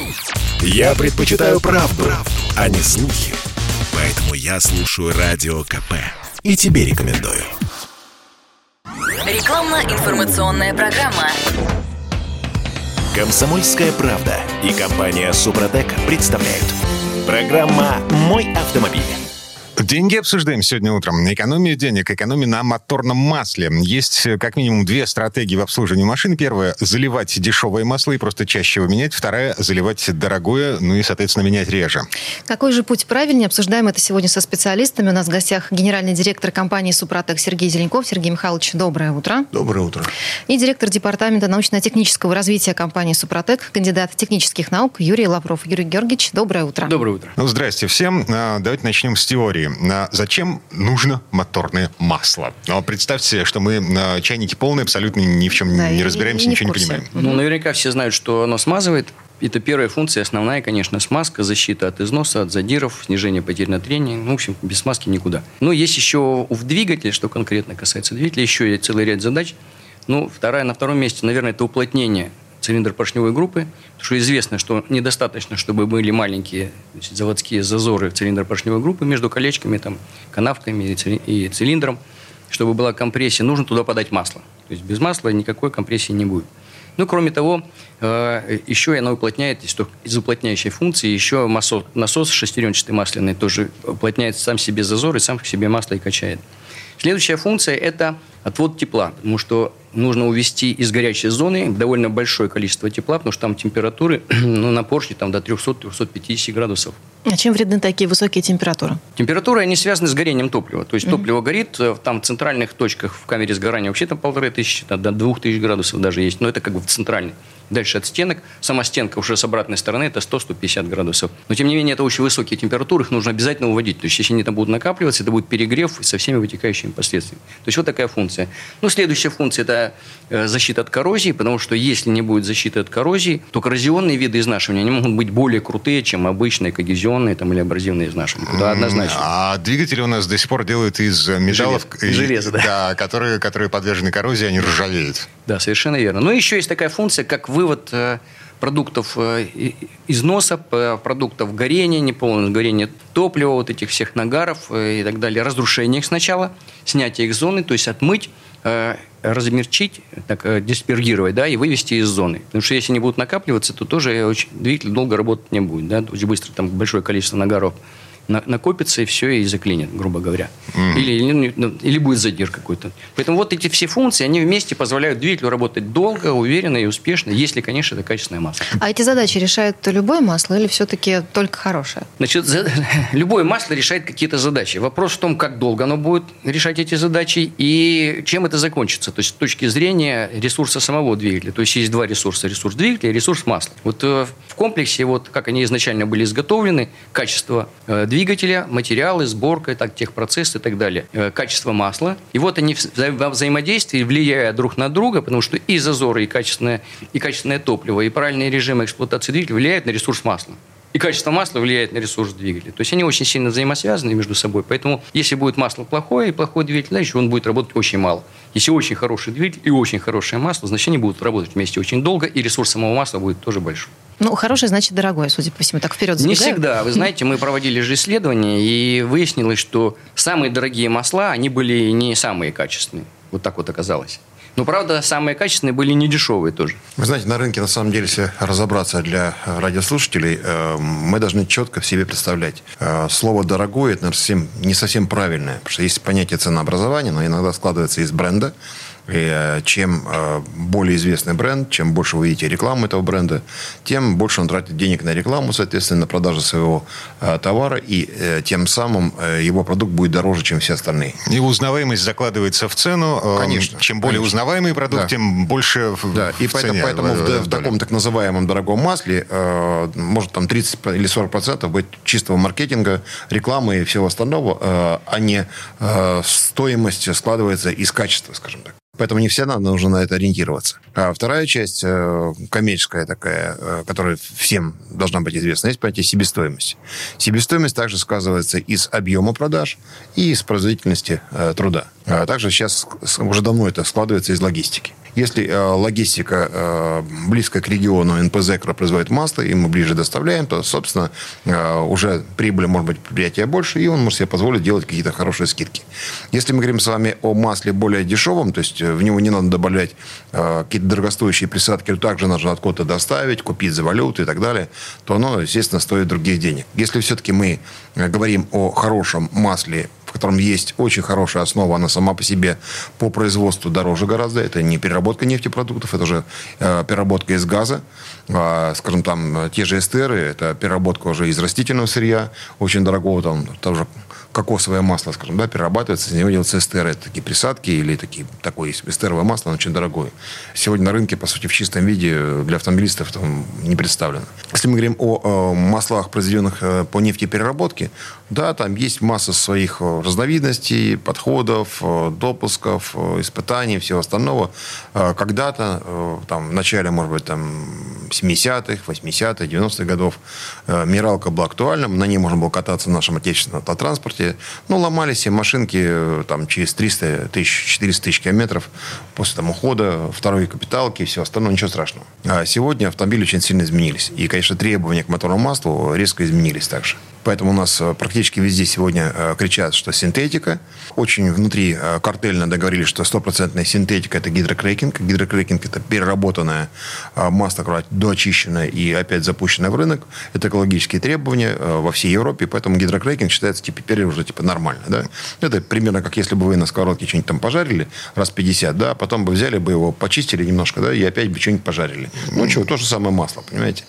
Я предпочитаю правду, а не слухи. Поэтому я слушаю Радио КП. И тебе рекомендую. Рекламно-информационная программа. «Комсомольская правда» и компания «Супротек» представляют. Программа «Мой автомобиль». Деньги обсуждаем сегодня утром. Экономия денег, экономия на моторном масле. Есть как минимум две стратегии в обслуживании машин. Первая — заливать дешевое масло и просто чаще его менять. Вторая — заливать дорогое, ну и, соответственно, менять реже. Какой же путь правильнее? Обсуждаем это сегодня со специалистами. У нас в гостях генеральный директор компании «Супротек» Сергей Зеленков. Сергей Михайлович, доброе утро. Доброе утро. И директор департамента научно-технического развития компании «Супротек», кандидат технических наук Юрий Лавров. Юрий Георгиевич, доброе утро. Доброе утро. Ну, здрасте всем. Давайте начнем с теории. Зачем нужно моторное масло? Представьте, что мы чайники полные, абсолютно ни в чем не разбираемся, ничего не понимаем. Ну, наверняка все знают, что оно смазывает. Это первая функция, основная, конечно, смазка, защита от износа, от задиров, снижение потерь на трении. Ну, в общем, без смазки никуда. Но есть еще в двигателе, что конкретно касается двигателя, еще есть целый ряд задач. Ну, на втором месте, наверное, это уплотнение цилиндр-поршневой группы, потому что известно, что недостаточно, чтобы были маленькие заводские зазоры цилиндр-поршневой группы между колечками, там, канавками и цилиндром, чтобы была компрессия, нужно туда подать масло. То есть без масла никакой компрессии не будет. Ну, кроме того, еще оно уплотняет, из уплотняющей функции, еще насос шестеренчатый масляный тоже уплотняет сам себе зазоры, сам себе масло и качает. Следующая функция – это отвод тепла, потому что нужно увести из горячей зоны довольно большое количество тепла, потому что там температуры на поршне там, до 300-350 градусов. А чем вредны такие высокие температуры? Температуры, они связаны с горением топлива. То есть топливо горит, там в центральных точках в камере сгорания вообще там 1500, до 2000 градусов даже есть, но это как бы в центральной. Дальше от стенок, сама стенка уже с обратной стороны, это 100-150 градусов. Но, тем не менее, это очень высокие температуры, их нужно обязательно уводить. То есть, если они там будут накапливаться, это будет перегрев со всеми вытекающими последствиями. То есть, вот такая функция. Ну, следующая функция – это защита от коррозии, потому что, если не будет защиты от коррозии, то коррозионные виды изнашивания, они могут быть более крутые, чем обычные когезионные там, или абразивные изнашивания. Туда однозначно. А двигатели у нас до сих пор делают из металлов, железа, да. которые подвержены коррозии, они ржавеют. Да, совершенно верно. Но еще есть такая функция, как вывод продуктов износа, продуктов горения, неполного горения топлива, вот этих всех нагаров и так далее, разрушение их сначала, снятие их зоны, то есть отмыть, размягчить, диспергировать, да, и вывести из зоны. Потому что если они будут накапливаться, то тоже двигатель долго работать не будет, да, очень быстро там большое количество нагаров накопится, и все, и заклинит, грубо говоря. Или будет задир какой-то. Поэтому вот эти все функции, они вместе позволяют двигателю работать долго, уверенно и успешно, если, конечно, это качественное масло. А эти задачи решает любое масло или все-таки только хорошее? Значит, любое масло решает какие-то задачи. Вопрос в том, как долго оно будет решать эти задачи и чем это закончится. То есть, с точки зрения ресурса самого двигателя. То есть, есть два ресурса. Ресурс двигателя и ресурс масла. Вот в комплексе, вот как они изначально были изготовлены, качество двигателя, материалы, сборка, техпроцесс и так далее, качество масла. И вот они во взаимодействии, влияя друг на друга, потому что и зазоры, и качественное топливо, и правильный режим эксплуатации двигателя влияют на ресурс масла. И качество масла влияет на ресурс двигателя. То есть они очень сильно взаимосвязаны между собой. Поэтому если будет масло плохое и плохой двигатель, значит он будет работать очень мало. Если очень хороший двигатель и очень хорошее масло, значит они будут работать вместе очень долго, и ресурс самого масла будет тоже большой. Ну, хорошее значит дорогое, судя по всему. Так вперед забегаю. Не всегда. Вы знаете, мы проводили же исследования, и выяснилось, что самые дорогие масла, они были не самые качественные. Вот так вот оказалось. Но, правда, самые качественные были не дешевые тоже. Вы знаете, на рынке, на самом деле, если разобраться для радиослушателей, мы должны четко в себе представлять. Слово «дорогое» – это, наверное, не совсем правильное. Потому что есть понятие ценообразования, но иногда складывается из бренда. И чем более известный бренд, чем больше вы видите рекламу этого бренда, тем больше он тратит денег на рекламу, соответственно, на продажу своего товара, и тем самым его продукт будет дороже, чем все остальные. И узнаваемость закладывается в цену. Конечно. Чем более узнаваемый продукт, да, тем больше и в цене. Поэтому в таком так называемом дорогом масле может там 30 или 40% быть чистого маркетинга, рекламы и всего остального, а не стоимость складывается из качества, скажем так. Поэтому не всегда нужно на это ориентироваться. А вторая часть, коммерческая такая, которая всем должна быть известна, есть понятие себестоимости. Себестоимость также сказывается из объема продаж и из производительности труда. А также сейчас уже давно это складывается из логистики. Если логистика близко к региону НПЗ, который производит масло, и мы ближе доставляем, то, собственно, уже прибыль, может быть, предприятия больше, и он может себе позволить делать какие-то хорошие скидки. Если мы говорим с вами о масле более дешевом, то есть в него не надо добавлять какие-то дорогостоящие присадки, также нужно откуда-то доставить, купить за валюту и так далее, то оно, естественно, стоит других денег. Если все-таки мы говорим о хорошем масле, в котором есть очень хорошая основа, она сама по себе по производству дороже гораздо. Это не переработка нефтепродуктов, это уже переработка из газа. Скажем, там те же эстеры, это переработка уже из растительного сырья, очень дорогого, там тоже кокосовое масло, скажем, да, перерабатывается, из него делаются эстеры. Это такие присадки или такое эстеровое масло, оно очень дорогое. Сегодня на рынке, по сути, в чистом виде для автомобилистов там не представлено. Если мы говорим о маслах, произведенных по нефтепереработке, да, там есть масса своих разновидностей, подходов, допусков, испытаний, всего остального. Когда-то, там, в начале, может быть, там, 70-х, 80-х, 90-х годов минералка была актуальна, на ней можно было кататься в нашем отечественном автотранспорте. Ну, ломались все машинки там, через 300 тысяч, 400 тысяч километров после там, ухода, второй капиталки и все остальное, ничего страшного. А сегодня автомобили очень сильно изменились. И, конечно, требования к моторному маслу резко изменились также. Поэтому у нас практически везде сегодня кричат, что синтетика. Очень внутри картельно договорились, что 100% синтетика – это гидрокрекинг. Гидрокрекинг – это переработанное масло, которое доочищенное и опять запущенное в рынок. Это экологические требования во всей Европе. Поэтому гидрокрекинг считается теперь уже нормально. Да? Это примерно как если бы вы на сковородке что-нибудь там пожарили раз 50, да, а потом бы взяли бы его, почистили немножко, да, и опять бы что-нибудь пожарили. Ну, что, то же самое масло, понимаете?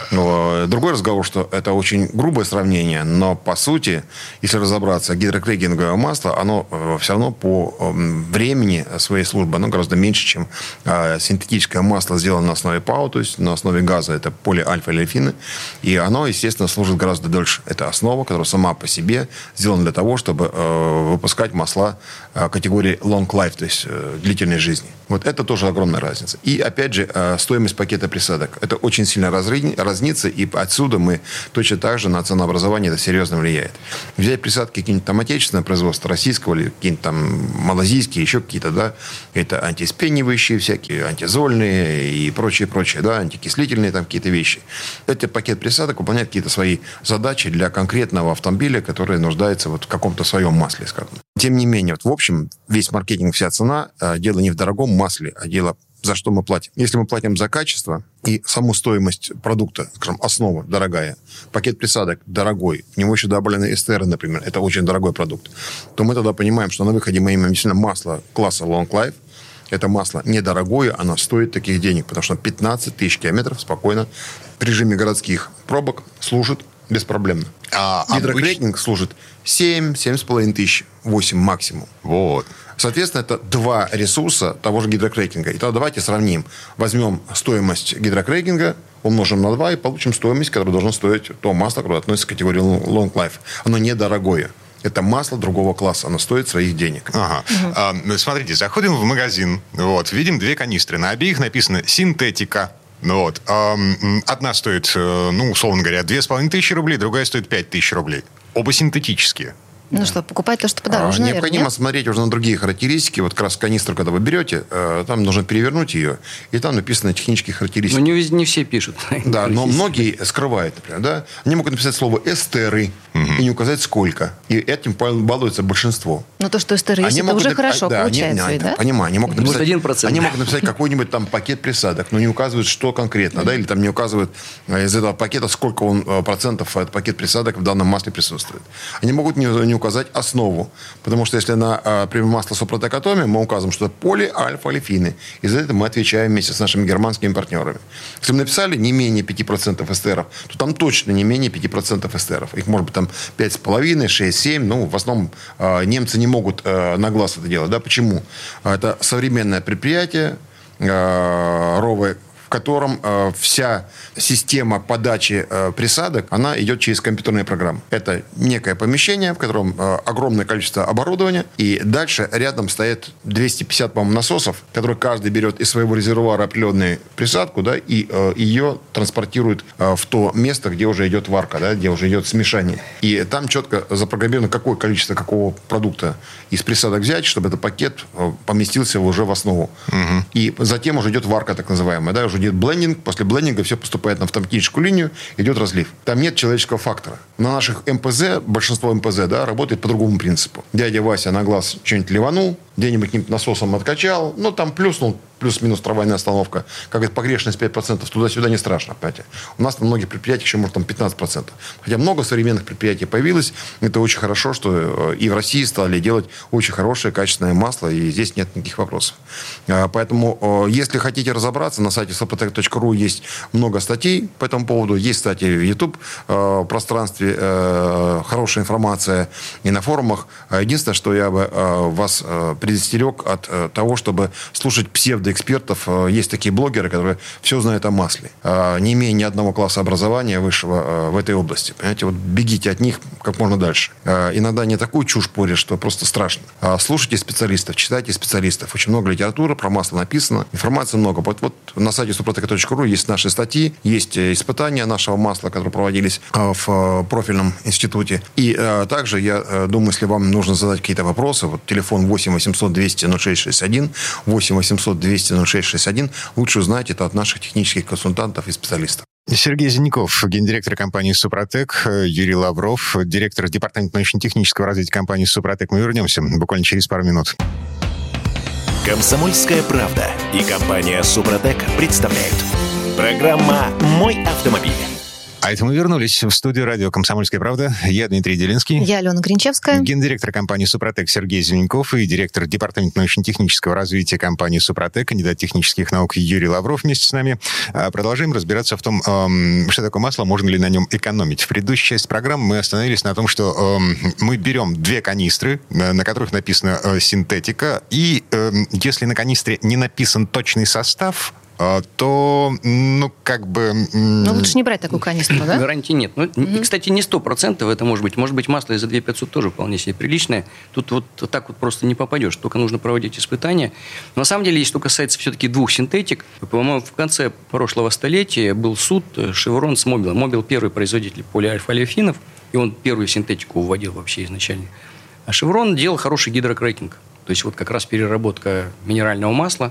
Но другой разговор, что это очень грубое сравнение, но по сути, если разобраться, гидрокрекинговое масло, оно все равно по времени своей службы, оно гораздо меньше, чем синтетическое масло, сделано на основе ПАО, то есть на основе газа, это полиальфа-олефины, и оно, естественно, служит гораздо дольше. Это основа, которая сама по себе сделана для того, чтобы выпускать масла категории long life, то есть длительной жизни. Вот это тоже огромная разница. И, опять же, стоимость пакета присадок. Это очень сильно разнится, и отсюда мы точно так же на ценообразование это серьезно влияет. Взять присадки какие-нибудь там отечественное производство, российского или какие-нибудь там малазийские, еще какие-то, да, это антиспенивающие всякие, антизольные и прочее, да, антикислительные там какие-то вещи. Этот пакет присадок выполняет какие-то свои задачи для конкретного автомобиля, который нуждается вот в каком-то своем масле, скажем. Тем не менее, вот в общем, весь маркетинг, вся цена, дело не в дорогом масле, а дело за что мы платим. Если мы платим за качество и саму стоимость продукта, скажем, основа дорогая, пакет присадок дорогой, в него еще добавлены эстеры, например, это очень дорогой продукт, то мы тогда понимаем, что на выходе мы имеем действительно масло класса Long Life. Это масло недорогое, оно стоит таких денег, потому что 15 тысяч километров спокойно в режиме городских пробок служит беспроблемно. Гидрокрекинг служит 7,5 тысяч, 8 максимум. Вот. Соответственно, это два ресурса того же гидрокрекинга. И тогда давайте сравним. Возьмем стоимость гидрокрекинга, умножим на 2 и получим стоимость, которая должна стоить то масло, которое относится к категории Long Life. Оно недорогое. Это масло другого класса, оно стоит своих денег. Ага. Смотрите, заходим в магазин, вот, видим две канистры. На обеих написано «синтетика». Вот. Одна стоит, условно говоря, 2500 рублей, другая стоит 5000 рублей. Оба синтетические. Ну что, покупать то, что подороже, наверное, необходимо нет? смотреть уже на другие характеристики. Вот как раз канистру, когда вы берете, там нужно перевернуть ее, и там написано технические характеристики. Но не все пишут. Да, но многие скрывают, например, да. Они могут написать слово «эстеры» и не указать сколько. И этим балуется большинство. Ну то, что эстеры есть, это уже хорошо получается, да? Понимаю, они могут написать... 1%. Они могут написать какой-нибудь там пакет присадок, но не указывают, что конкретно, да, или там не указывают из этого пакета, сколько процентов этот пакет присадок в данном масле присутствует. Они могут не указать основу. Потому что если на, например, масло Супротек Atomy мы указываем, что это полиальфа-олефины. И за это мы отвечаем вместе с нашими германскими партнерами. Если мы написали не менее 5% эстеров, то там точно не менее 5% эстеров. Их может быть там 5,5, 6, 7. Ну, в основном немцы не могут на глаз это делать. Да? Почему? Это современное предприятие, ровое, котором вся система подачи присадок, она идет через компьютерные программы. Это некое помещение, в котором огромное количество оборудования, и дальше рядом стоит 250, по-моему, насосов, которые каждый берет из своего резервуара определенную присадку, да, и ее транспортирует в то место, где уже идет варка, да, где уже идет смешание. И там четко запрограммировано, какое количество какого продукта из присадок взять, чтобы этот пакет поместился уже в основу. И затем уже идет варка, так называемая, да, уже идет блендинг, после блендинга все поступает на автоматическую линию, идет разлив. Там нет человеческого фактора. На наших МПЗ, большинство МПЗ, да, работает по другому принципу. Дядя Вася на глаз что-нибудь ливанул, где-нибудь каким-то насосом откачал, ну, там плюснул, плюс-минус трамвайная остановка, как это погрешность 5%, туда-сюда не страшно, понимаете. У нас на многих предприятиях еще, может, там 15%. Хотя много современных предприятий появилось, это очень хорошо, что и в России стали делать очень хорошее, качественное масло, и здесь нет никаких вопросов. Поэтому, если хотите разобраться, на сайте suprotec.ru есть много статей по этому поводу. Есть, кстати, в YouTube пространстве хорошая информация и на форумах. Единственное, что я бы вас предостерег от того, чтобы слушать псевдоэкспертов. Есть такие блогеры, которые все знают о масле, не имея ни одного класса образования высшего в этой области. Понимаете, вот бегите от них как можно дальше. Иногда не такую чушь порят, что просто страшно. Слушайте специалистов, читайте специалистов. Очень много литературы про масло написано, информации много. Вот на сайте suprotec.ru есть наши статьи, есть испытания нашего масла, которые проводились в профильном институте. И также, я думаю, если вам нужно задать какие-то вопросы, вот телефон 8 800 200 0661, 8 800 200 0661, лучше узнать это от наших технических консультантов и специалистов. Сергей Зеленков, гендиректор компании «Супротек», Юрий Лавров, директор департамента научно-технического развития компании «Супротек». Мы вернемся буквально через пару минут. «Комсомольская правда» и компания «Супротек» представляют. Программа «Мой автомобиль». А это мы вернулись в студию радио «Комсомольская правда». Я Дмитрий Делинский. Я Алена Гринчевская. Гендиректор компании «Супротек» Сергей Зеленков и директор департамента научно-технического развития компании «Супротек», кандидат технических наук Юрий Лавров вместе с нами. Продолжаем разбираться в том, что такое масло, можно ли на нем экономить. В предыдущей части программы мы остановились на том, что мы берем 2 канистры, на которых написано «синтетика», и если на канистре не написан точный состав, то, лучше не брать такую канистру, да? Гарантии нет. И, кстати, не 100% это может быть. Может быть, масло из-за 2500 тоже вполне себе приличное. Тут вот так вот просто не попадешь. Только нужно проводить испытания. Но на самом деле, что касается все-таки 2 синтетик, по-моему, в конце прошлого столетия был суд Chevron с Mobil. Mobil первый производитель полиальфа-олеофинов, и он первую синтетику вводил вообще изначально. А Chevron делал хороший гидрокрекинг. То есть вот как раз переработка минерального масла,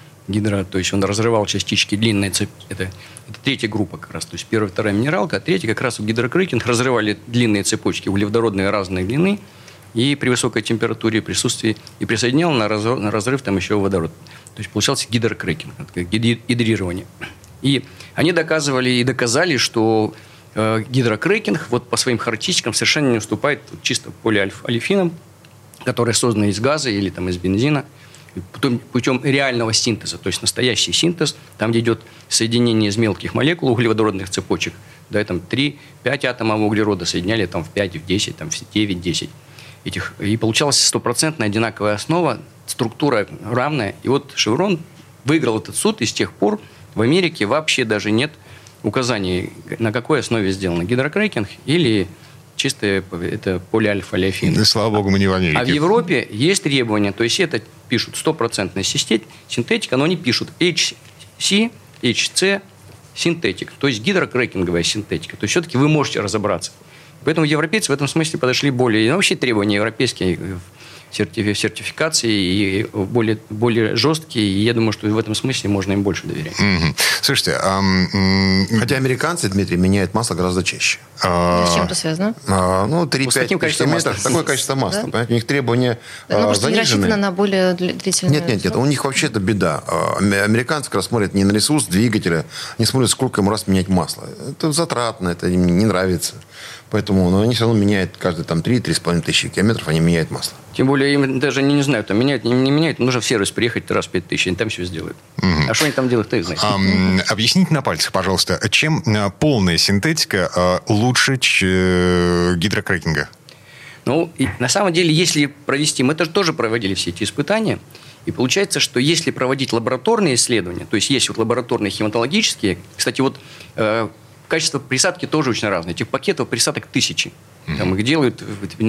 то есть он разрывал частички длинной цепи. Это 3-я группа как раз. То есть 1-я, 2-я минералка, а 3-я как раз в гидрокрекинг разрывали длинные цепочки, углеводородные разной длины, и при высокой температуре присутствии, и присоединял на разрыв там еще водород. То есть получался гидрокрекинг, гидрирование. И они доказывали и доказали, что гидрокрекинг вот по своим характеристикам совершенно не уступает чисто полиальфа-олефинам, которые созданы из газа или там, из бензина, путем реального синтеза, то есть настоящий синтез, там, где идет соединение из мелких молекул углеводородных цепочек, да, там 3-5 атомов углерода соединяли там, в 5, в 10, там, в 9, 10 этих. И получалась 100% одинаковая основа, структура равная. И вот Chevron выиграл этот суд, и с тех пор в Америке вообще даже нет указаний, на какой основе сделано гидрокрекинг или чистое это полиальфа-олеофин. Да, слава богу, мы не в Америке. А в Европе есть требования, то есть это пишут 100% синтетика, но они пишут HC, HC, синтетик, то есть гидрокрекинговая синтетика. То есть все-таки вы можете разобраться. Поэтому европейцы в этом смысле подошли более... вообще требования европейские сертификации и более жесткие, и я думаю, что в этом смысле можно им больше доверять. Слушайте, хотя американцы, Дмитрий, меняют масло гораздо чаще. С чем это связано? 3-5 километров. Такое качество масла. Да? У них требования занижены. Не рассчитано на более длительное... Нет. У них вообще это беда. Американцы как раз смотрят не на ресурс двигателя, не смотрят, сколько им раз менять масло. Это затратно, это им не нравится. Поэтому они все равно меняют каждые 3-3,5 тысячи километров, они меняют масло. Тем более им даже не знаю, там меняют, не меняют, нужно в сервис приехать раз в 5 тысяч, они там все сделают. А что они там делают, кто их знает. Объясните на пальцах, пожалуйста, чем полная синтетика лучше гидрокрекинга? На самом деле, если провести, мы тоже проводили все эти испытания, И получается, что если проводить лабораторные исследования, то есть вот лабораторные хематологические, кстати, качество присадки тоже очень разное. Этих пакетов присадок тысячи. Там их делают,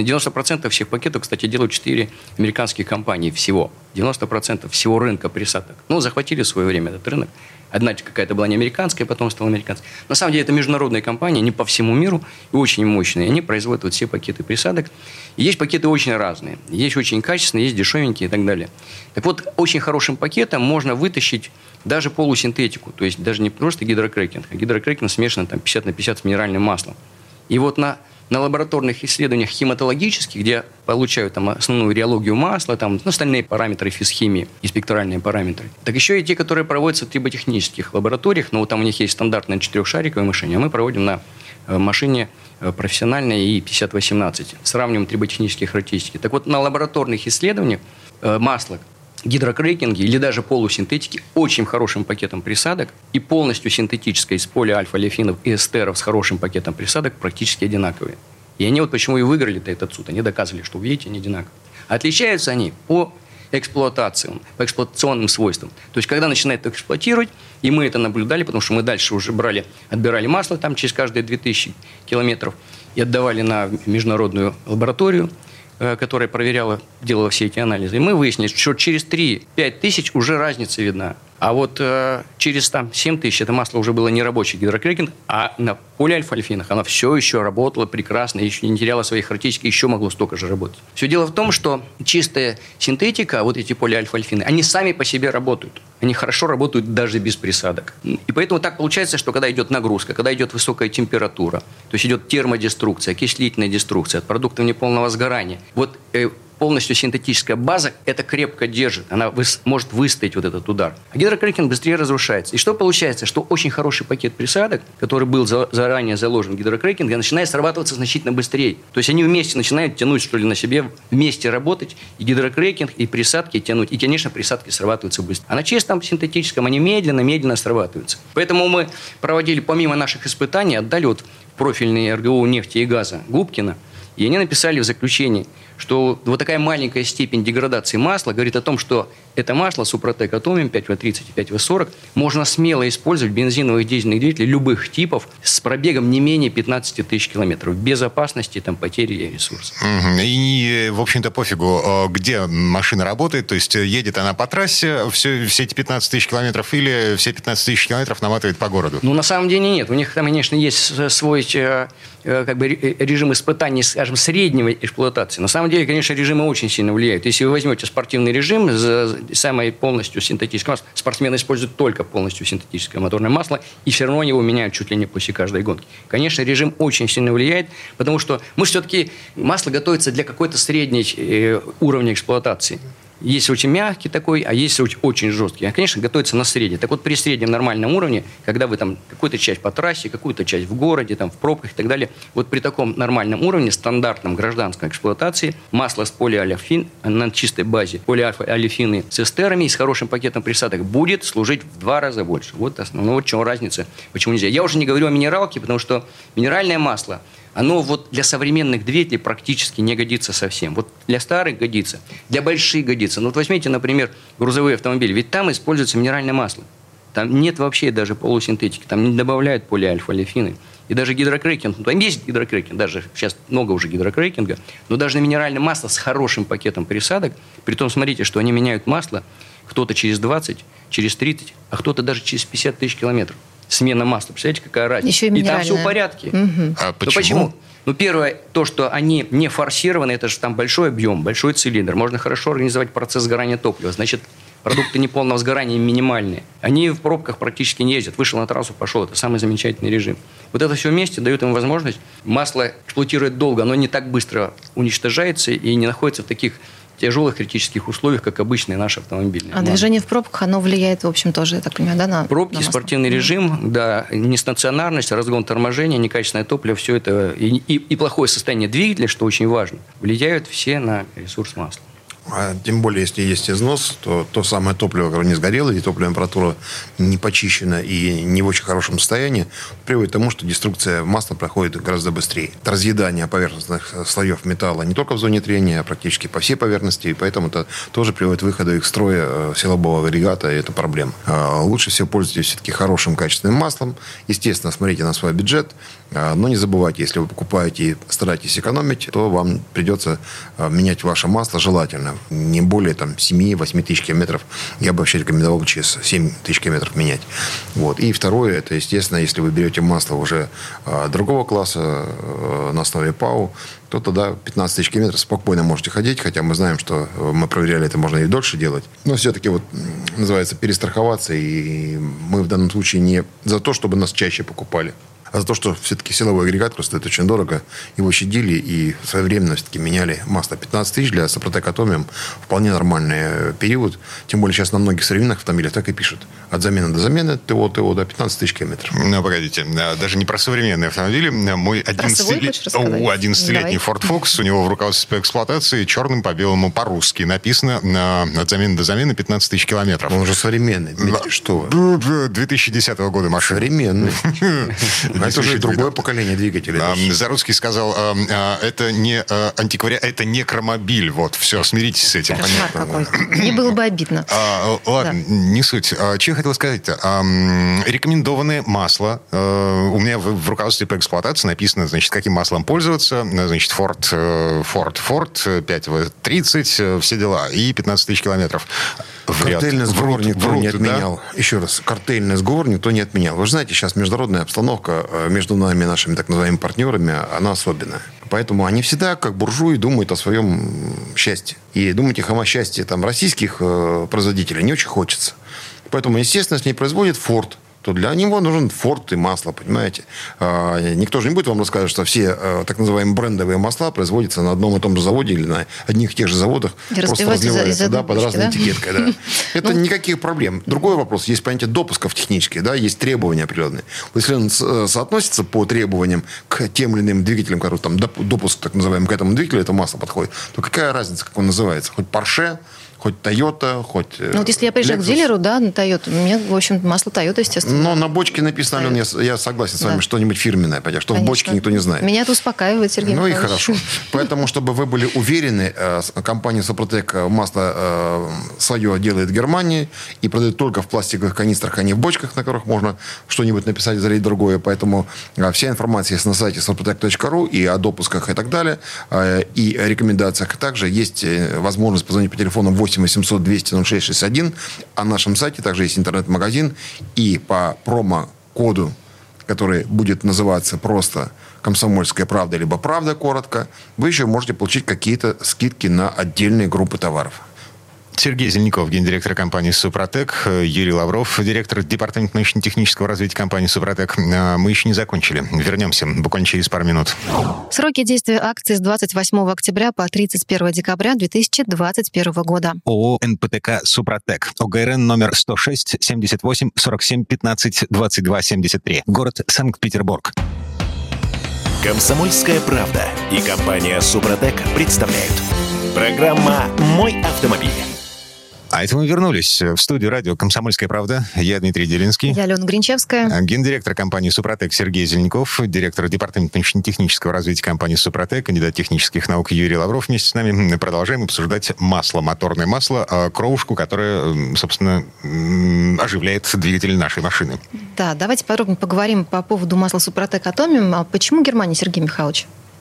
90% всех пакетов, кстати, делают 4 американских компании всего. 90% всего рынка присадок. Захватили в свое время этот рынок. Одна какая-то была не американская, потом стала американской. На самом деле это международные компании, они по всему миру и очень мощные. Они производят все пакеты присадок. И есть пакеты очень разные. Есть очень качественные, есть дешевенькие и так далее. Так вот, очень хорошим пакетом можно вытащить даже полусинтетику. То есть даже не просто гидрокрекинг, а гидрокрекинг смешан 50/50 с минеральным маслом. И вот на лабораторных исследованиях хематологических, где получают основную реологию масла, остальные параметры физхимии и спектральные параметры. Так еще и те, которые проводятся в триботехнических лабораториях, но там у них есть стандартная 4-шариковая машина, а мы проводим на машине профессиональной и 5018. Сравниваем триботехнические характеристики. Так вот, на лабораторных исследованиях масла, гидрокрекинги или даже полусинтетики очень хорошим пакетом присадок и полностью синтетической из полиальфа-олефинов и эстеров с хорошим пакетом присадок практически одинаковые. И они почему и выиграли-то этот суд. Они доказывали, что, видите, они одинаковые. Отличаются они по эксплуатациям, по эксплуатационным свойствам. То есть, когда начинают эксплуатировать, и мы это наблюдали, потому что мы дальше уже отбирали масло через каждые 2000 километров и отдавали на международную лабораторию, которая делала все эти анализы. И мы выяснили, что через 3-5 тысяч уже разница видна. А вот через 7 тысяч это масло уже было не рабочий гидрокрекинг, а на полиальфа-олефинах оно все еще работало прекрасно, еще не теряло свои характеристики, еще могло столько же работать. Все дело в том, что чистая синтетика, вот эти полиальфа-олефины, они сами по себе работают. Они хорошо работают даже без присадок. И поэтому так получается, что когда идет нагрузка, когда идет высокая температура, то есть идет термодеструкция, окислительная деструкция от продуктов неполного сгорания, полностью синтетическая база это крепко держит. Она может выстоять вот этот удар. А гидрокрекинг быстрее разрушается. И что получается? Что очень хороший пакет присадок, который был заранее заложен в гидрокрекинге, начинает срабатываться значительно быстрее. То есть они вместе начинают тянуть, что ли, на себе, вместе работать. И гидрокрекинг, и присадки тянуть. И, конечно, присадки срабатываются быстро. А на чистом синтетическом они медленно срабатываются. Поэтому мы проводили, помимо наших испытаний, отдали в профильный РГУ нефти и газа Губкина. И они написали в заключении, что вот такая маленькая степень деградации масла говорит о том, что это масло Супротек Атомиум 5В30 и 5В40 можно смело использовать в бензиновых дизельных двигателей любых типов с пробегом не менее 15 тысяч километров, без опасности потери ресурсов. И, в общем-то, пофигу, где машина работает, то есть едет она по трассе все эти 15 тысяч километров или все 15 тысяч километров наматывает по городу? На самом деле нет. У них там, конечно, есть свой режим испытаний, скажем, среднего эксплуатации. На самом деле, конечно, режимы очень сильно влияют. Если вы возьмете спортивный режим, самое полностью синтетическое масло, спортсмены используют только полностью синтетическое моторное масло, и все равно его меняют чуть ли не после каждой гонки. Конечно, режим очень сильно влияет, потому что мы все-таки, масло готовится для какой-то средней уровня эксплуатации. Есть очень мягкий такой, а есть очень жесткий. А, конечно, готовится на средний. Так вот, при среднем нормальном уровне, когда вы какую-то часть по трассе, какую-то часть в городе, в пробках и так далее, вот при таком нормальном уровне, стандартном гражданской эксплуатации, масло с полиалефин, на чистой базе полиальфа-олефины с эстерами и с хорошим пакетом присадок будет служить в 2 раза больше. Вот основная, в чем разница, почему нельзя. Я уже не говорю о минералке, потому что минеральное масло, оно для современных двигателей практически не годится совсем. Вот для старых годится, для больших годится. Возьмите, например, грузовые автомобили. Ведь там используется минеральное масло. Там нет вообще даже полусинтетики. Там не добавляют полиальфа-олефины. И даже гидрокрекинг. Там есть гидрокрекинг. Даже сейчас много уже гидрокрекинга. Но даже на минеральное масло с хорошим пакетом присадок. Притом, смотрите, что они меняют масло. Кто-то через 20, через 30, а кто-то даже через 50 тысяч километров. Смена масла. Представляете, какая разница? Еще и там все в порядке. Угу. А почему? Первое, то, что они не форсированы, это же там большой объем, большой цилиндр. Можно хорошо организовать процесс сгорания топлива. Значит, продукты неполного сгорания минимальные. Они в пробках практически не ездят. Вышел на трассу, пошел. Это самый замечательный режим. Вот это все вместе дает им возможность. Масло эксплуатирует долго, оно не так быстро уничтожается и не находится в таких тяжелых критических условиях, как обычные наши автомобильные. А движение в пробках, оно влияет, в общем, тоже, я так понимаю, на пробки, спортивный режим, нестационарность, разгон торможения, некачественное топливо, все это и плохое состояние двигателя, что очень важно, влияют все на ресурс масла. А тем более, если есть износ, то самое топливо, которое не сгорело, и топливная аппаратура не почищена и не в очень хорошем состоянии, приводит к тому, что деструкция масла проходит гораздо быстрее. Это разъедание поверхностных слоев металла не только в зоне трения, а практически по всей поверхности, и поэтому это тоже приводит к выходу из строя силового агрегата, и это проблема. Лучше всего пользуйтесь все-таки хорошим качественным маслом. Естественно, смотрите на свой бюджет, но не забывайте, если вы покупаете и стараетесь экономить, то вам придется менять ваше масло желательно не более 7-8 тысяч километров. Я бы вообще рекомендовал через 7 тысяч километров менять. Вот. И второе, это, естественно, если вы берете масло уже другого класса на основе ПАУ, то тогда 15 тысяч километров спокойно можете ходить, хотя мы знаем, что мы проверяли, это можно и дольше делать. Но все-таки называется перестраховаться, и мы в данном случае не за то, чтобы нас чаще покупали, а за то, что все-таки силовой агрегат стоит очень дорого, его щадили и своевременно все-таки меняли масло. 15 тысяч для Супротек Атомиум вполне нормальный период. Тем более сейчас на многих современных автомобилях так и пишут. От замены до замены, ТО, до 15 тысяч километров. Ну, погодите, даже не про современные автомобили. Мой 11-летний Ford Focus, у него в руководстве по эксплуатации черным по белому по-русски написано от замены до замены 15 тысяч километров. Он уже современный. Что вы? 2010 года машина. Современный. Это уже другое поколение двигателей. Заруцкий сказал, это не антиквариат, это некромобиль. Вот, все, смиритесь с этим. Кошмар какой. Мне было бы обидно. Ладно, не суть. Что я хотел сказать-то? Рекомендованное масло. У меня в руководстве по эксплуатации написано, значит, каким маслом пользоваться. Значит, Ford 5W30, все дела. И 15 тысяч километров. Картельный сговор никто не отменял. Да? Еще раз, картельный сговор никто не отменял. Вы же знаете, сейчас международная обстановка между нами и нашими так называемыми партнерами, она особенная. Поэтому они всегда, как буржуи, думают о своем счастье. И думать их о счастье российских производителей не очень хочется. Поэтому, естественно, если не производит Ford, то для него нужен Ford и масло, понимаете. Никто же не будет вам рассказывать, что все так называемые брендовые масла производятся на одном и том же заводе или на одних и тех же заводах. Просто разливаются под разной этикеткой. Да. Это никаких проблем. Другой вопрос. Есть понятие допусков технических, да, есть требования определенные. Если он соотносится по требованиям к тем или иным двигателям, которые допуск, так называемый, к этому двигателю, это масло подходит, то какая разница, как он называется? Хоть Porsche, хоть Toyota, хоть если я приезжаю Lexus. К дилеру, да, на Toyota, у меня, в общем, масло Toyota, естественно. Но на бочке написано, Ален, я согласен с вами, что-нибудь фирменное, что конечно. В бочке никто не знает. Меня это успокаивает, Сергей Михайлович. И хорошо. Поэтому, чтобы вы были уверены, компания Супротек масло свое делает в Германии и продает только в пластиковых канистрах, а не в бочках, на которых можно что-нибудь написать, залить другое. Поэтому вся информация есть на сайте suprotec.ru и о допусках и так далее, и рекомендациях. Также есть возможность позвонить по телефону 8 800 200 0661. А на нашем сайте также есть интернет-магазин. И по промокоду, который будет называться просто «Комсомольская правда» либо «Правда» коротко, вы еще можете получить какие-то скидки на отдельные группы товаров. Сергей Зеленков, гендиректор компании «Супротек», Юрий Лавров, директор департамента научно-технического развития компании «Супротек». Мы еще не закончили. Вернемся буквально через пару минут. Сроки действия акции с 28 октября по 31 декабря 2021 года. ООО «НПТК Супротек». ОГРН номер 106 78 47 15 22 73. Город Санкт-Петербург. «Комсомольская правда» и компания «Супротек» представляют. Программа «Мой автомобиль». А это мы вернулись в студию радио «Комсомольская правда». Я Дмитрий Делинский. Я Алена Гринчевская. Гендиректор компании «Супротек» Сергей Зеленков. Директор департамента научно-технического развития компании «Супротек». Кандидат технических наук Юрий Лавров вместе с нами. Мы продолжаем обсуждать масло, моторное масло, кровушку, которая, собственно, оживляет двигатель нашей машины. Да, давайте подробнее поговорим по поводу масла «Супротек Атомиум». Почему Германия, Сергей Михайлович?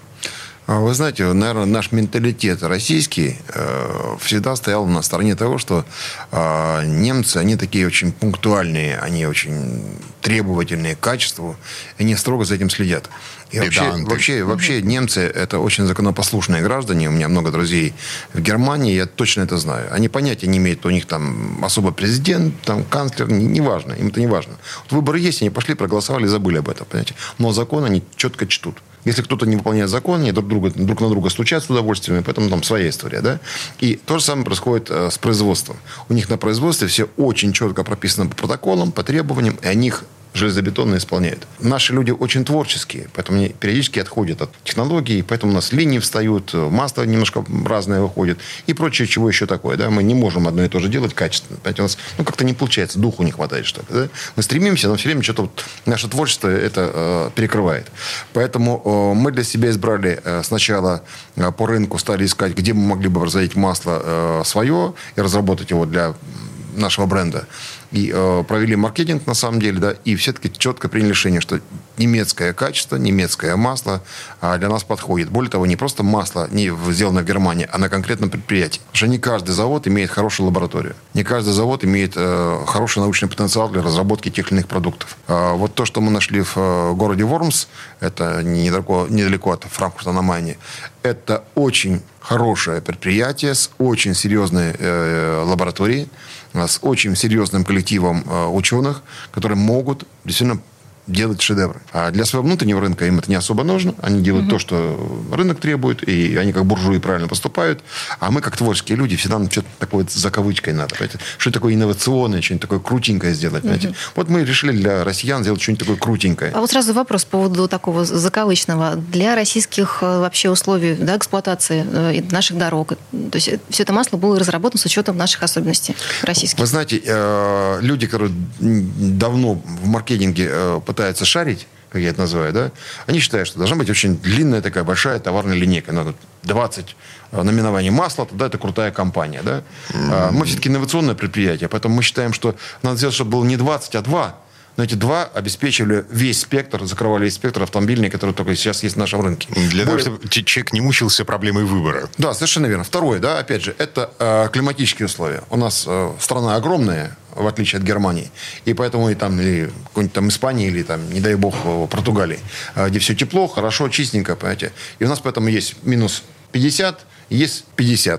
Вы знаете, наверное, наш менталитет российский всегда стоял на стороне того, что немцы, они такие очень пунктуальные, они очень требовательные к качеству, они строго за этим следят. И вообще немцы – это очень законопослушные граждане. У меня много друзей в Германии, я точно это знаю. Они понятия не имеют, у них там особо президент, там канцлер, неважно, им это не важно. Вот выборы есть, они пошли, проголосовали, забыли об этом, понимаете. Но закон они четко чтут. Если кто-то не выполняет закон, они друг на друга стучат с удовольствием, поэтому там своя история, да. И то же самое происходит с производством. У них на производстве все очень четко прописано по протоколам, по требованиям, и они их железобетонные исполняют. Наши люди очень творческие, поэтому они периодически отходят от технологий, поэтому у нас линии встают, масло немножко разное выходит и прочее, чего еще такое. Да? Мы не можем одно и то же делать качественно. Понимаете, у нас как-то не получается, духу не хватает, что ли. Да? Мы стремимся, но все время что-то наше творчество это перекрывает. Поэтому мы для себя избрали сначала по рынку, стали искать, где мы могли бы производить масло свое и разработать его для нашего бренда. И провели маркетинг, на самом деле, да, и все-таки четко приняли решение, что немецкое качество, немецкое масло для нас подходит. Более того, не просто масло не сделано в Германии, а на конкретном предприятии. Потому что не каждый завод имеет хорошую лабораторию. Не каждый завод имеет хороший научный потенциал для разработки тех или иных продуктов. Вот то, что мы нашли в городе Вормс, это недалеко от Франкфурта на Майне, это очень хорошее предприятие с очень серьезной лабораторией, с очень серьезным коллективом ученых, которые могут действительно делать шедевры. А для своего внутреннего рынка им это не особо нужно. Они делают то, что рынок требует, и они как буржуи правильно поступают. А мы, как творческие люди, всегда нам что-то такое за кавычкой надо. Понимаете? Что-то такое инновационное, что-нибудь такое крутенькое сделать. Понимаете? Вот мы решили для россиян сделать что-нибудь такое крутенькое. А вот сразу вопрос по поводу такого закавычного. Для российских вообще условий, да, эксплуатации наших дорог, то есть все это масло было разработано с учетом наших особенностей российских? Вы знаете, люди, которые давно в маркетинге пытаются шарить, как я это называю, да, они считают, что должна быть очень длинная такая большая товарная линейка. Надо 20 наименований масла, тогда это крутая компания. Да? Мы все-таки инновационное предприятие, поэтому мы считаем, что надо сделать, чтобы было не 20, а 2. Но эти 2 обеспечивали весь спектр, закрывали весь спектр автомобильный, который только сейчас есть в нашем рынке. Для того, чтобы человек не мучился проблемой выбора. Да, совершенно верно. Второе, да, опять же, это климатические условия. У нас страна огромная, в отличие от Германии. И поэтому и там, или какой-нибудь там Испании, или там, не дай бог, Португалии, где все тепло, хорошо, чистенько, понимаете. И у нас поэтому есть минус 50, есть 50.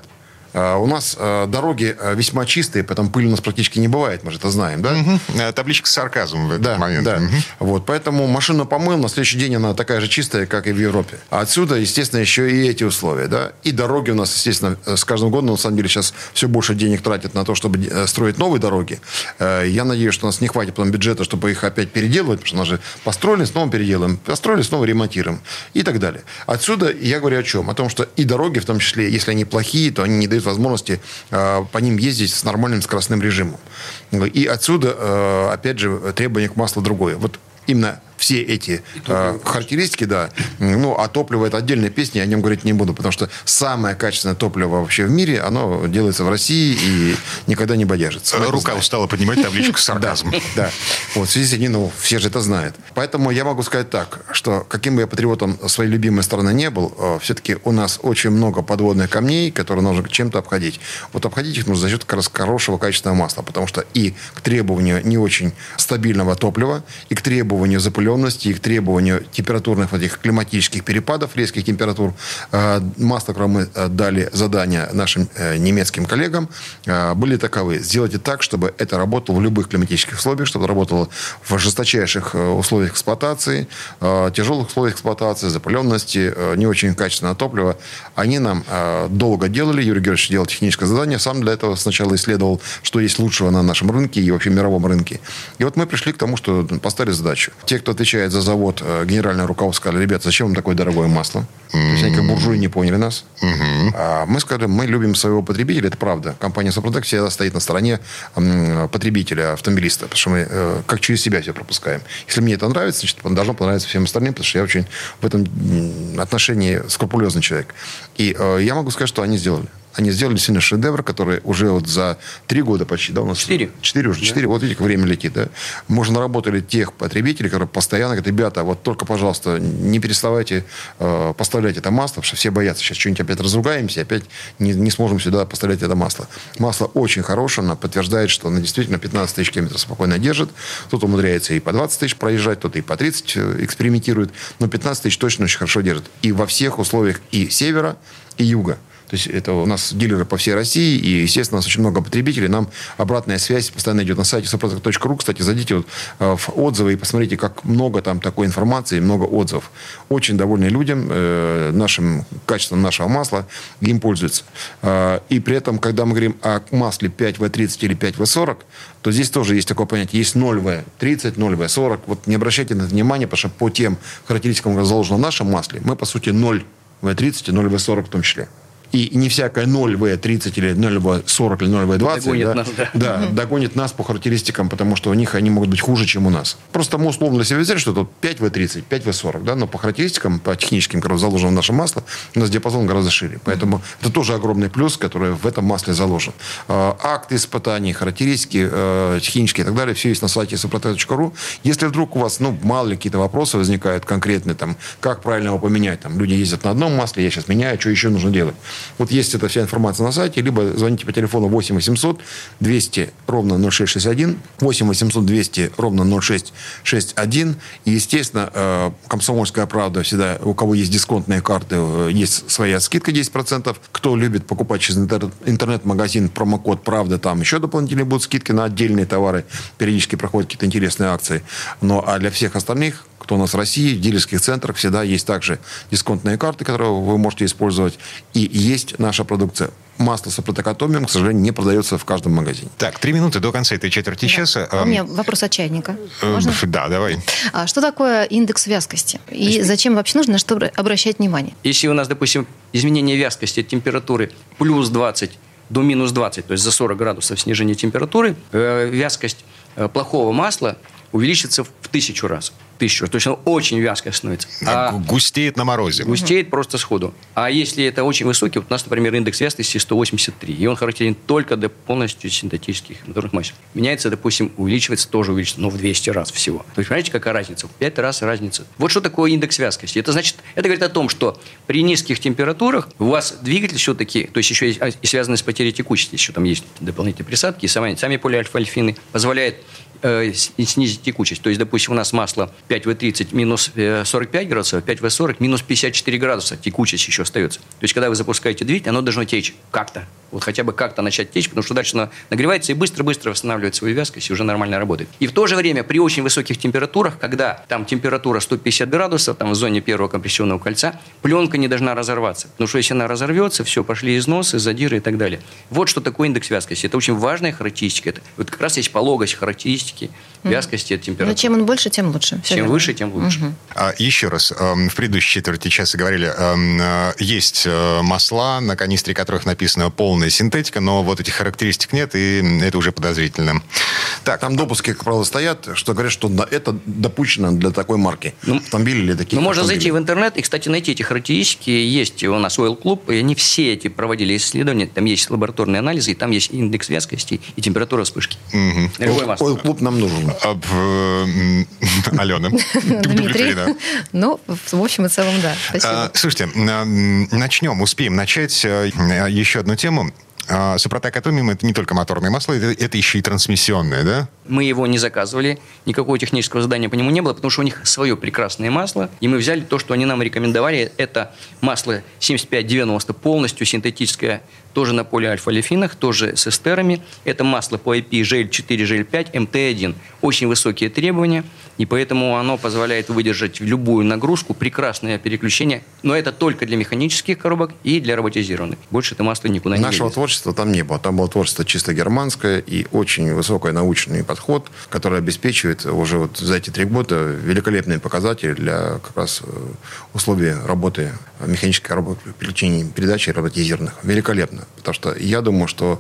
У нас дороги весьма чистые, поэтому пыли у нас практически не бывает, мы же это знаем, да? Табличка с сарказмом в этот момент. Да. Вот, поэтому машину помыл, на следующий день она такая же чистая, как и в Европе. А отсюда, естественно, еще и эти условия, да? И дороги у нас, естественно, с каждым годом, на самом деле, сейчас все больше денег тратят на то, чтобы строить новые дороги. Я надеюсь, что у нас не хватит потом бюджета, чтобы их опять переделывать, потому что нас же построили, снова переделаем, построили, снова ремонтируем и так далее. Отсюда я говорю о чем? О том, что и дороги, в том числе, если они плохие, то они не дают возможности по ним ездить с нормальным скоростным режимом. И отсюда, опять же, требование к маслу другое. Вот именно все эти характеристики, да. Ну, а топливо — это отдельная песня, я о нем говорить не буду, потому что самое качественное топливо вообще в мире, оно делается в России и никогда не бодяжится. Рука устала поднимать табличку с сарказмом. Да. Вот, в связи с этим, все же это знают. Поэтому я могу сказать так, что каким бы я патриотом своей любимой страны не был, все-таки у нас очень много подводных камней, которые нужно чем-то обходить. Вот обходить их нужно за счет как раз хорошего качественного масла, потому что и к требованию не очень стабильного топлива, и к требованию запыленности, и к требованию температурных этих климатических перепадов, резких температур, масло, которое мы дали задание нашим немецким коллегам, были таковы. Сделайте так, чтобы это работало в любых климатических условиях, чтобы это работало в жесточайших условиях эксплуатации, тяжелых условиях эксплуатации, запыленности, не очень качественного топлива. Они нам долго делали. Юрий Георгиевич делал техническое задание. Сам для этого сначала исследовал, что есть лучшего на нашем рынке и вообще мировом рынке. И вот мы пришли к тому, что поставили задачу. Те, кто отвечает за завод, генеральное руководство сказали: ребята, зачем вам такое дорогое масло? То есть они как буржуи не поняли нас. А мы сказали: мы любим своего потребителя, это правда. Компания Супротек всегда стоит на стороне потребителя, автомобилиста, потому что мы как через себя все пропускаем. Если мне это нравится, значит, должно понравиться всем остальным, потому что я очень в этом отношении скрупулезный человек. И я могу сказать, что они сделали. Они сделали действительно шедевр, который уже вот за 3 года почти, да, у нас? 4 уже. 4. Вот видите, как время летит, да? Мы уже наработали тех потребителей, которые постоянно говорят: ребята, вот только, пожалуйста, не переставайте поставлять это масло, потому что все боятся, сейчас что-нибудь опять разругаемся, опять не сможем сюда поставлять это масло. Масло очень хорошее, оно подтверждает, что оно действительно 15 тысяч километров спокойно держит. Кто-то умудряется и по 20 тысяч проезжать, кто-то и по 30 экспериментирует, но 15 тысяч точно очень хорошо держит. И во всех условиях и севера, и юга. То есть это у нас дилеры по всей России, и, естественно, у нас очень много потребителей. Нам обратная связь постоянно идет на сайте suprotec.ru. Кстати, зайдите в отзывы и посмотрите, как много там такой информации, много отзывов. Очень довольны людям, нашим качеством нашего масла, им пользуются. И при этом, когда мы говорим о масле 5В30 или 5В40, то здесь тоже есть такое понятие. Есть 0В30, 0В40. Вот не обращайте на это внимания, потому что по тем характеристикам, которые заложено в нашем масле, мы, по сути, 0В30 и 0В40 в том числе. И не всякое 0В30 или 0В40 или 0В20 догонит нас по характеристикам, потому что у них они могут быть хуже, чем у нас. Просто мы условно для себя взяли, что тут 5В30, 5В40, да, но по характеристикам, по техническим, которые заложены в наше масло, у нас диапазон гораздо шире. Поэтому это тоже огромный плюс, который в этом масле заложен. Акты испытаний, характеристики технические и так далее, все есть на сайте suprotec.ru. Если вдруг у вас, мало ли какие-то вопросы возникают конкретные, там, как правильно его поменять, там, люди ездят на одном масле, я сейчас меняю, что еще нужно делать. Вот есть эта вся информация на сайте, либо звоните по телефону 8 800 200 ровно 0661, 8 800 200 ровно 0661. И, естественно, «Комсомольская правда» всегда, у кого есть дисконтные карты, есть своя скидка 10%. Кто любит покупать через интернет-магазин, промокод «Правда», там еще дополнительные будут скидки на отдельные товары. Периодически проходят какие-то интересные акции. А для всех остальных, кто у нас в России, в дилерских центрах всегда есть также дисконтные карты, которые вы можете использовать. И есть наша продукция. Масло Супротек Атомиум, к сожалению, не продается в каждом магазине. Так, 3 минуты до конца этой четверти часа. У меня вопрос от чайника. Можно? Да, давай. Что такое индекс вязкости? И зачем вообще нужно, чтобы обращать внимание? Если у нас, допустим, изменение вязкости от температуры плюс 20 до минус 20, то есть за 40 градусов снижения температуры, вязкость плохого масла увеличится в 1000 раз. 1000. То есть оно очень вязкое становится. Густеет на морозе. Густеет просто сходу. А если это очень высокий, вот у нас, например, индекс вязкости 183, и он характерен только для полностью синтетических моторных масел. Меняется, допустим, увеличивается, но в 200 раз всего. То есть, понимаете, какая разница? В 5 раз разница. Вот что такое индекс вязкости. Это значит, это говорит о том, что при низких температурах у вас двигатель все-таки, то есть еще и связано с потерей текучести, еще там есть дополнительные присадки, и сами полиальфа-альфины позволяют снизить текучесть. То есть, допустим, у нас масло 5В30 минус 45 градусов, 5В40 минус 54 градуса. Текучесть еще остается. То есть, когда вы запускаете двигатель, оно должно течь как-то. Вот хотя бы как-то начать течь, потому что дальше оно нагревается и быстро-быстро восстанавливает свою вязкость и уже нормально работает. И в то же время при очень высоких температурах, когда там температура 150 градусов, там в зоне первого компрессионного кольца, пленка не должна разорваться. Потому что если она разорвется, все, пошли износы, задиры и так далее. Вот что такое индекс вязкости. Это очень важная характеристика. Это вот как раз есть пологость характеристики вязкости от температуры. Но чем он больше, тем лучше. Чем выше, тем лучше. Еще раз, в предыдущей четверти часа говорили, есть масла, на канистре которых написано полная синтетика, но вот этих характеристик нет, и это уже подозрительно. Так, там допуски, как правило, стоят, что говорят, что это допущено для такой марки автомобилей или таких. Можно зайти в интернет и, кстати, найти эти характеристики. Есть у нас Oil Club, и они все эти проводили исследования. Там есть лабораторные анализы, и там есть индекс вязкости и температура вспышки. Oil Club нам нужен. Алена. Дмитрий. В общем и целом, да. Спасибо. Слушайте, успеем начать еще одну тему. Супротек Атомиум — это не только моторные масла, это еще и трансмиссионные, да? Мы его не заказывали, никакого технического задания по нему не было, потому что у них свое прекрасное масло, и мы взяли то, что они нам рекомендовали. Это масло 7590, полностью синтетическое, тоже на полиальфа-олефинах, тоже с эстерами. Это масло по IP GL4, GL5, MT1. Очень высокие требования, и поэтому оно позволяет выдержать любую нагрузку, прекрасное переключение, но это только для механических коробок и для роботизированных. Больше это масло никуда не Нашего творчества там не было. Там было творчество чисто германское и очень высокий научный подход, который обеспечивает уже вот за эти 3 года великолепные показатели для как раз условий работы механической коробок передачи роботизированных. Великолепно. Потому что я думаю, что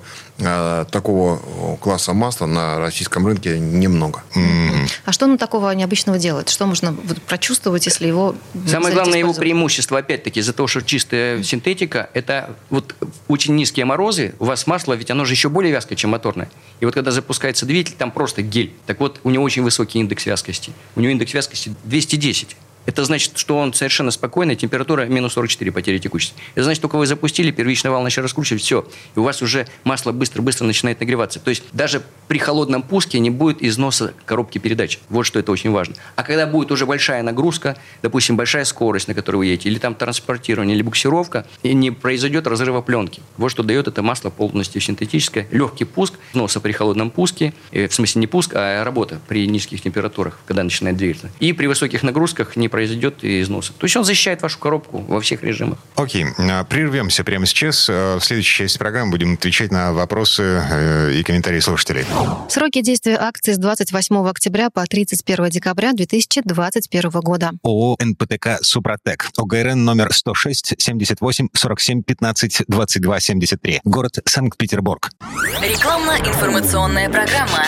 такого класса масла на российском рынке немного. А что он такого необычного делает? Что можно прочувствовать, если его... Самое главное его преимущество, опять-таки, из-за того, что чистая синтетика, это вот очень низкие морозы, у вас масло, ведь оно же еще более вязкое, чем моторное. И вот когда запускается двигатель, там просто гель. Так вот, у него очень высокий индекс вязкости. У него индекс вязкости 210. Это значит, что он совершенно спокойный, температура минус 44, потеря текучести. Это значит, только вы запустили, первичный вал начали раскручивать, все. И у вас уже масло быстро-быстро начинает нагреваться. То есть даже при холодном пуске не будет износа коробки передач. Вот что это очень важно. А когда будет уже большая нагрузка, допустим, большая скорость, на которой вы едете, или там транспортирование, или буксировка, и не произойдет разрыва пленки. Вот что дает это масло полностью синтетическое. Легкий пуск, износа при холодном пуске, в смысле не пуск, а работа при низких температурах, когда начинает двигаться. И при высоких нагрузках не произойдет износа. То есть он защищает вашу коробку во всех режимах. Окей, прервемся прямо сейчас. В следующей части программы будем отвечать на вопросы и комментарии слушателей. Сроки действия акции с 28 октября по 31 декабря 2021 года. ООО «НПТК Супротек». ОГРН номер 106 78 47 15 22 73. Город Санкт-Петербург. Рекламно-информационная программа.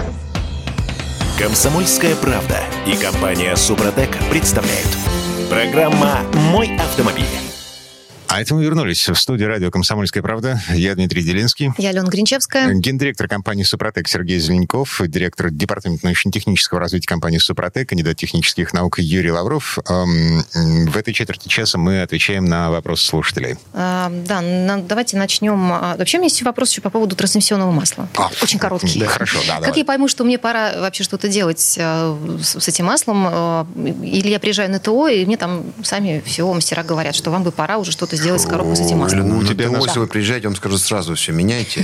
«Комсомольская правда» и компания «Супротек» представляют. Программа «Мой автомобиль». А это мы вернулись в студию радио «Комсомольская правда». Я Дмитрий Делинский. Я Алена Гринчевская. Гендиректор компании «Супротек» Сергей Зеленяков, директор департамента научно-технического развития компании «Супротек», кандидат технических наук Юрий Лавров. В этой четверти часа мы отвечаем на вопросы слушателей. Давайте начнем. Вообще у меня есть вопрос еще по поводу трансмиссионного масла. Очень короткий. Да, хорошо, да. Как я пойму, что мне пора вообще что-то делать с этим маслом? Или я приезжаю на ТО, и мне там сами все мастера говорят, что вам бы пора уже что-то сделать с коробкой с этим маслом. Ну, если вы приезжаете, он скажет сразу все меняйте.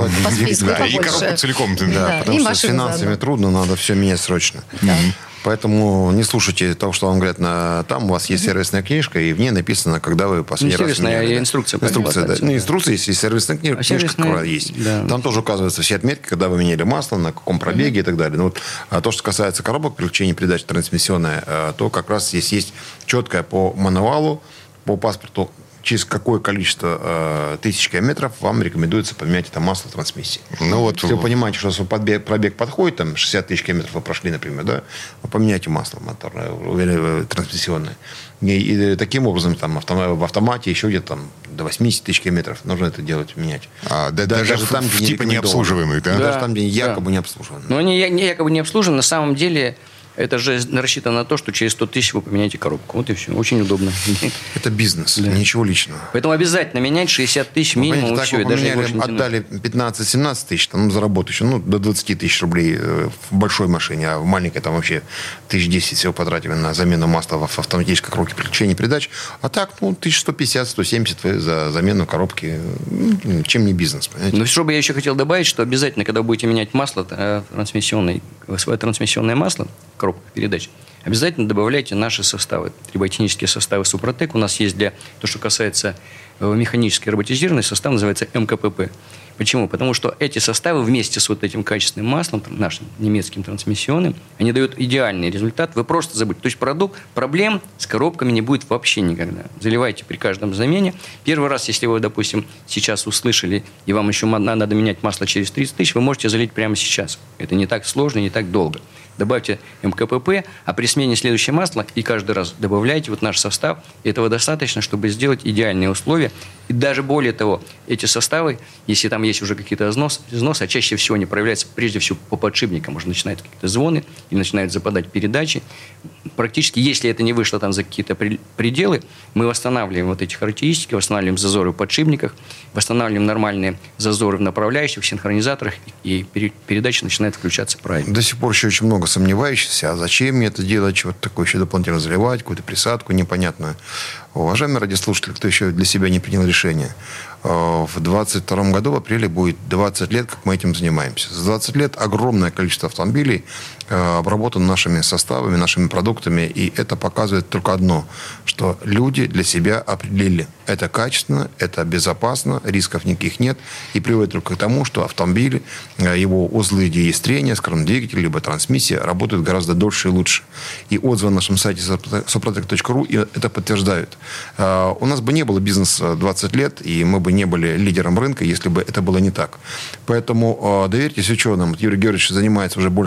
И коробку целиком. Да, потому что с финансами трудно, надо все менять срочно. Поэтому не слушайте того, что вам говорят. Там у вас есть сервисная книжка, и в ней написано, когда вы последний раз меняли. Инструкция. Инструкция есть, и сервисная книжка, которая есть. Там тоже указываются все отметки, когда вы меняли масло, на каком пробеге и так далее. А то, что касается коробок переключения передач трансмиссионная, то как раз здесь есть четкое по мануалу, по паспорту, через какое количество тысяч километров вам рекомендуется поменять это масло трансмиссии. Если вы понимаете, что пробег подходит, там 60 тысяч километров вы прошли, например, да, вы поменяйте масло моторное, трансмиссионное. И таким образом там, в автомате еще где-то там, до 80 тысяч километров нужно это делать, менять. Даже там, где типа необслуживаемый, да? Даже там, где якобы не обслуживаемый. Но они якобы не обслуживаны, на самом деле... Это же рассчитано на то, что через 100 тысяч вы поменяете коробку. Вот и все. Очень удобно. Это бизнес, ничего личного. Поэтому обязательно менять 60 тысяч минимум. Так все, вы поменяли, отдали 15-17 тысяч, там заработаешь до 20 тысяч рублей в большой машине, а в маленькой там вообще 1010 всего потратили на замену масла в автоматической коробке переключения передач. А так, 1150-170 за замену коробки. Чем не бизнес, понимаете? Но что бы я еще хотел добавить, что обязательно, когда вы будете менять масло, свое трансмиссионное масло, коробку передач, обязательно добавляйте наши составы, триботехнические составы Супротек. У нас есть то, что касается механической роботизированной, состав называется МКПП. Почему? Потому что эти составы вместе с вот этим качественным маслом, нашим немецким трансмиссионным, они дают идеальный результат. Вы просто забудете. То есть проблем с коробками не будет вообще никогда. Заливайте при каждом замене. Первый раз, если вы, допустим, сейчас услышали, и вам еще надо менять масло через 30 тысяч, вы можете залить прямо сейчас. Это не так сложно, не так долго. Добавьте МКПП, а при смене следующее масло и каждый раз добавляйте наш состав. И этого достаточно, чтобы сделать идеальные условия. И даже более того, эти составы, если там есть уже какие-то износы, а чаще всего они проявляются прежде всего по подшипникам, уже начинают какие-то звоны или начинают западать передачи. Практически, если это не вышло там за какие-то пределы, мы восстанавливаем вот эти характеристики, восстанавливаем зазоры в подшипниках, восстанавливаем нормальные зазоры в направляющих, в синхронизаторах, и передача начинает включаться правильно. До сих пор еще очень много сомневающихся, а зачем мне это делать, чего-то такое еще дополнительно заливать, какую-то присадку непонятную. Уважаемые радиослушатели, кто еще для себя не принял решение, в 2022 году в апреле будет 20 лет, как мы этим занимаемся. За 20 лет огромное количество автомобилей обработано нашими составами, нашими продуктами, и это показывает только одно, что люди для себя определили. Это качественно, это безопасно, рисков никаких нет, и приводит только к тому, что автомобиль, его узлы деестрения, скажем, двигатель, либо трансмиссия работают гораздо дольше и лучше. И отзывы на нашем сайте suprotec.ru это подтверждают. У нас бы не было бизнеса 20 лет, и мы бы не были лидером рынка, если бы это было не так. Поэтому доверьтесь ученым. Юрий Георгиевич занимается уже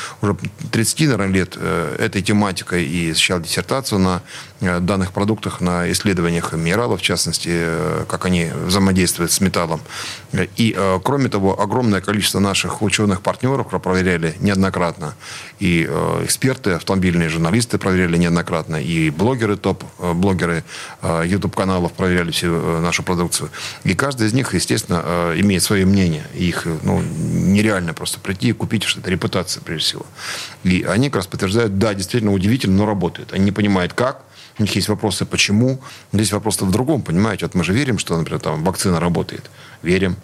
30, наверное, лет этой тематикой и защищал диссертацию на данных продуктах, на исследованиях минералов, в частности, как они взаимодействуют с металлом. И, кроме того, огромное количество наших ученых-партнеров проверяли неоднократно. И эксперты, автомобильные журналисты проверяли неоднократно. И блогеры, топ-блогеры YouTube-каналов проверяли всю нашу продукцию. И каждый из них, естественно, имеет свое мнение. Их нереально просто прийти и купить, что это репутация, прежде всего. И они как раз подтверждают, да, действительно удивительно, но работает. Они не понимают, как. У них есть вопросы, почему. Здесь вопрос-то в другом, понимаете. Вот мы же верим, что, например, там вакцина работает. Верим.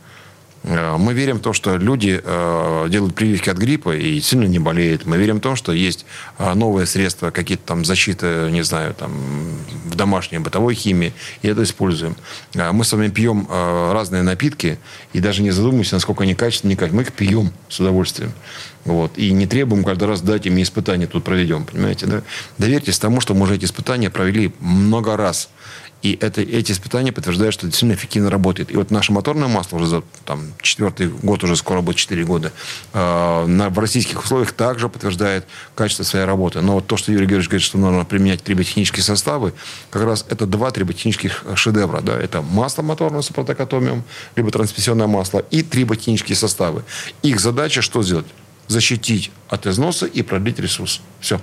Мы верим в то, что люди делают прививки от гриппа и сильно не болеют. Мы верим в то, что есть новые средства, какие-то там защиты, не знаю, там в домашней бытовой химии, и это используем. Мы с вами пьем разные напитки и даже не задумываемся, насколько они качественные, мы их пьем с удовольствием. Вот. И не требуем каждый раз дать им испытания, тут проведем, понимаете, да? Доверьтесь тому, что мы уже эти испытания провели много раз. И эти испытания подтверждают, что действительно эффективно работает. И вот наше моторное масло уже за 4-й год, уже скоро будет 4 года, в российских условиях также подтверждает качество своей работы. Но вот то, что Юрий Георгиевич говорит, что нужно применять триботехнические составы, как раз это 2 триботехнических шедевра. Да? Это масло моторное Супротек Атомиум, либо трансмиссионное масло, и триботехнические составы. Их задача что сделать? Защитить от износа и продлить ресурс. Все.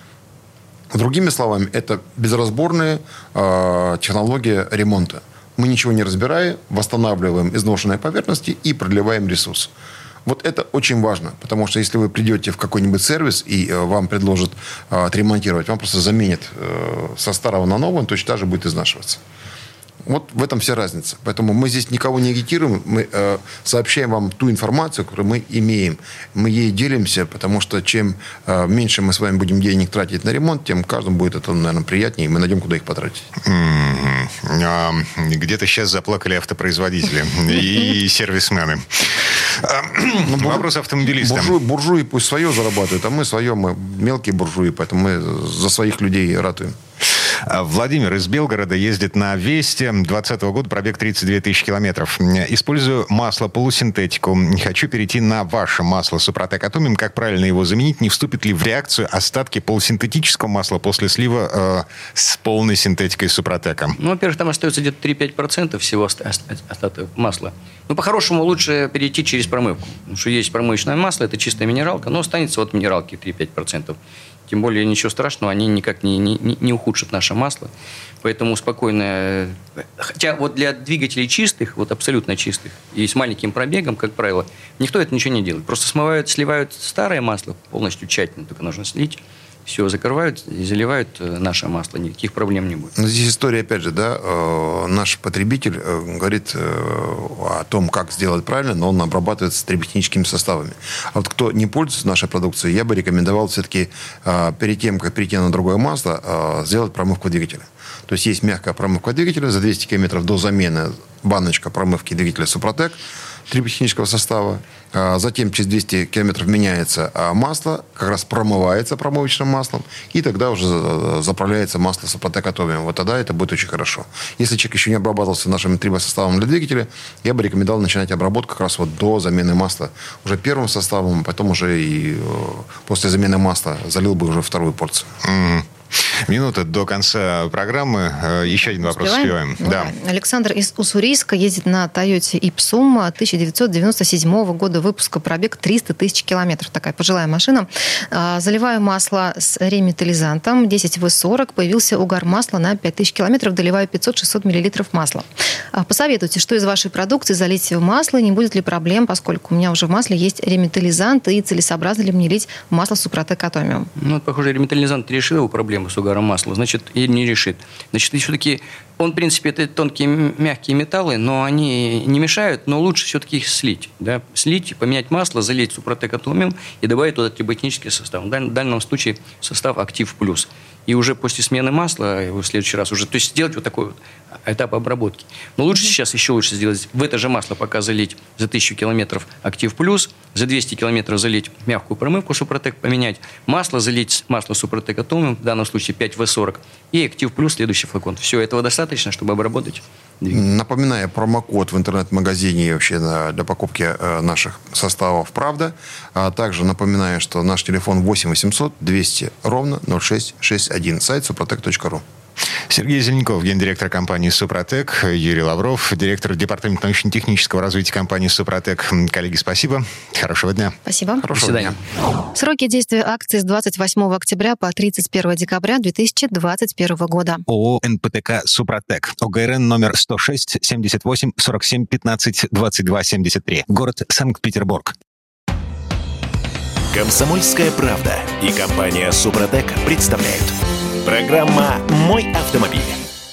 Другими словами, это безразборная технология ремонта. Мы ничего не разбирая, восстанавливаем изношенные поверхности и продлеваем ресурс. Вот это очень важно, потому что если вы придете в какой-нибудь сервис и вам предложат отремонтировать, вам просто заменят со старого на новый, он точно так же будет изнашиваться. Вот в этом вся разница. Поэтому мы здесь никого не агитируем, мы сообщаем вам ту информацию, которую мы имеем. Мы ей делимся, потому что чем меньше мы с вами будем денег тратить на ремонт, тем каждому будет это, наверное, приятнее, и мы найдем, куда их потратить. Где-то сейчас заплакали автопроизводители и сервисмены. Вопрос автомобилистам. Буржуи пусть свое зарабатывают, а мы свое, мы мелкие буржуи, поэтому мы за своих людей ратуем. Владимир из Белгорода ездит на Весте. 2020 года пробег 32 тысячи километров. Использую масло полусинтетику. Хочу перейти на ваше масло Супротек Атомиум. Как правильно его заменить? Не вступит ли в реакцию остатки полусинтетического масла после слива с полной синтетикой Супротека? Во-первых, там остается где-то 3-5% всего остаток масла. По-хорошему лучше перейти через промывку. Потому что есть промывочное масло, это чистая минералка, но останется от минералки 3-5%. Тем более ничего страшного, они никак не ухудшат наше масло. Поэтому спокойно... Хотя вот для двигателей чистых, вот абсолютно чистых, и с маленьким пробегом, как правило, никто это ничего не делает. Просто сливают старое масло полностью тщательно, только нужно слить. Все закрывают и заливают наше масло. Никаких проблем не будет. Но здесь история, опять же, да, наш потребитель говорит о том, как сделать правильно, но он обрабатывает с триботехническими составами. А вот кто не пользуется нашей продукцией, я бы рекомендовал все-таки перед тем, как перейти на другое масло, сделать промывку двигателя. То есть есть мягкая промывка двигателя за 200 километров до замены, баночка промывки двигателя Супротек триботехнического состава. Затем через 200 километров меняется масло, как раз промывается промывочным маслом, и тогда уже заправляется масло Супротек Атомиум. Вот тогда это будет очень хорошо. Если человек еще не обрабатывался нашим трибосоставом для двигателя, я бы рекомендовал начинать обработку как раз вот до замены масла. Уже первым составом, а потом уже и после замены масла залил бы уже вторую порцию. Минута до конца программы. Еще один вопрос успеваем. Да. Александр из Уссурийска ездит на Тойоте Ипсум 1997 года выпуска, пробег 300 тысяч километров. Такая пожилая машина. Заливаю масло с реметаллизантом 10В40. Появился угар масла на 5000 километров. Доливаю 500-600 миллилитров масла. Посоветуйте, что из вашей продукции залить в масло, не будет ли проблем, поскольку у меня уже в масле есть реметаллизант, и целесообразно ли мне лить масло Супротек Атомиум? Похоже, реметаллизант решил его проблему с угаром масла, значит, и не решит. Значит, все-таки он, в принципе, это тонкие мягкие металлы, но они не мешают, но лучше все-таки их слить. Да? Слить, поменять масло, залить Супротек Атомиум и добавить туда триботехнический состав. В данном случае состав Актив Плюс. И уже после смены масла, в следующий раз уже, то есть сделать вот такой вот этап обработки. Но лучше сейчас, еще лучше сделать в это же масло пока залить за 1000 километров Актив Плюс, за 200 километров залить мягкую промывку Супротек, поменять масло, залить масло Супротек Атомиум, в данном случае 5В40, и Актив Плюс, следующий флакон. Все этого достаточно, чтобы обработать двигатель. Напоминаю, промокод в интернет-магазине и вообще для покупки наших составов «Правда». А также напоминаю, что наш телефон 8 800 200 ровно 0661, сайт suprotec.ru. Сергей Зеленков, гендиректор компании «Супротек», Юрий Лавров, директор департамента научно-технического развития компании «Супротек». Коллеги, спасибо. Хорошего дня. Спасибо. Хорошего дня. Сроки действия акции с 28 октября по 31 декабря 2021 года. ООО «НПТК Супротек». ОГРН номер 106 78 47 15 22 73. Город Санкт-Петербург. «Комсомольская правда» и компания «Супротек» представляют. Программа «Мой автомобиль».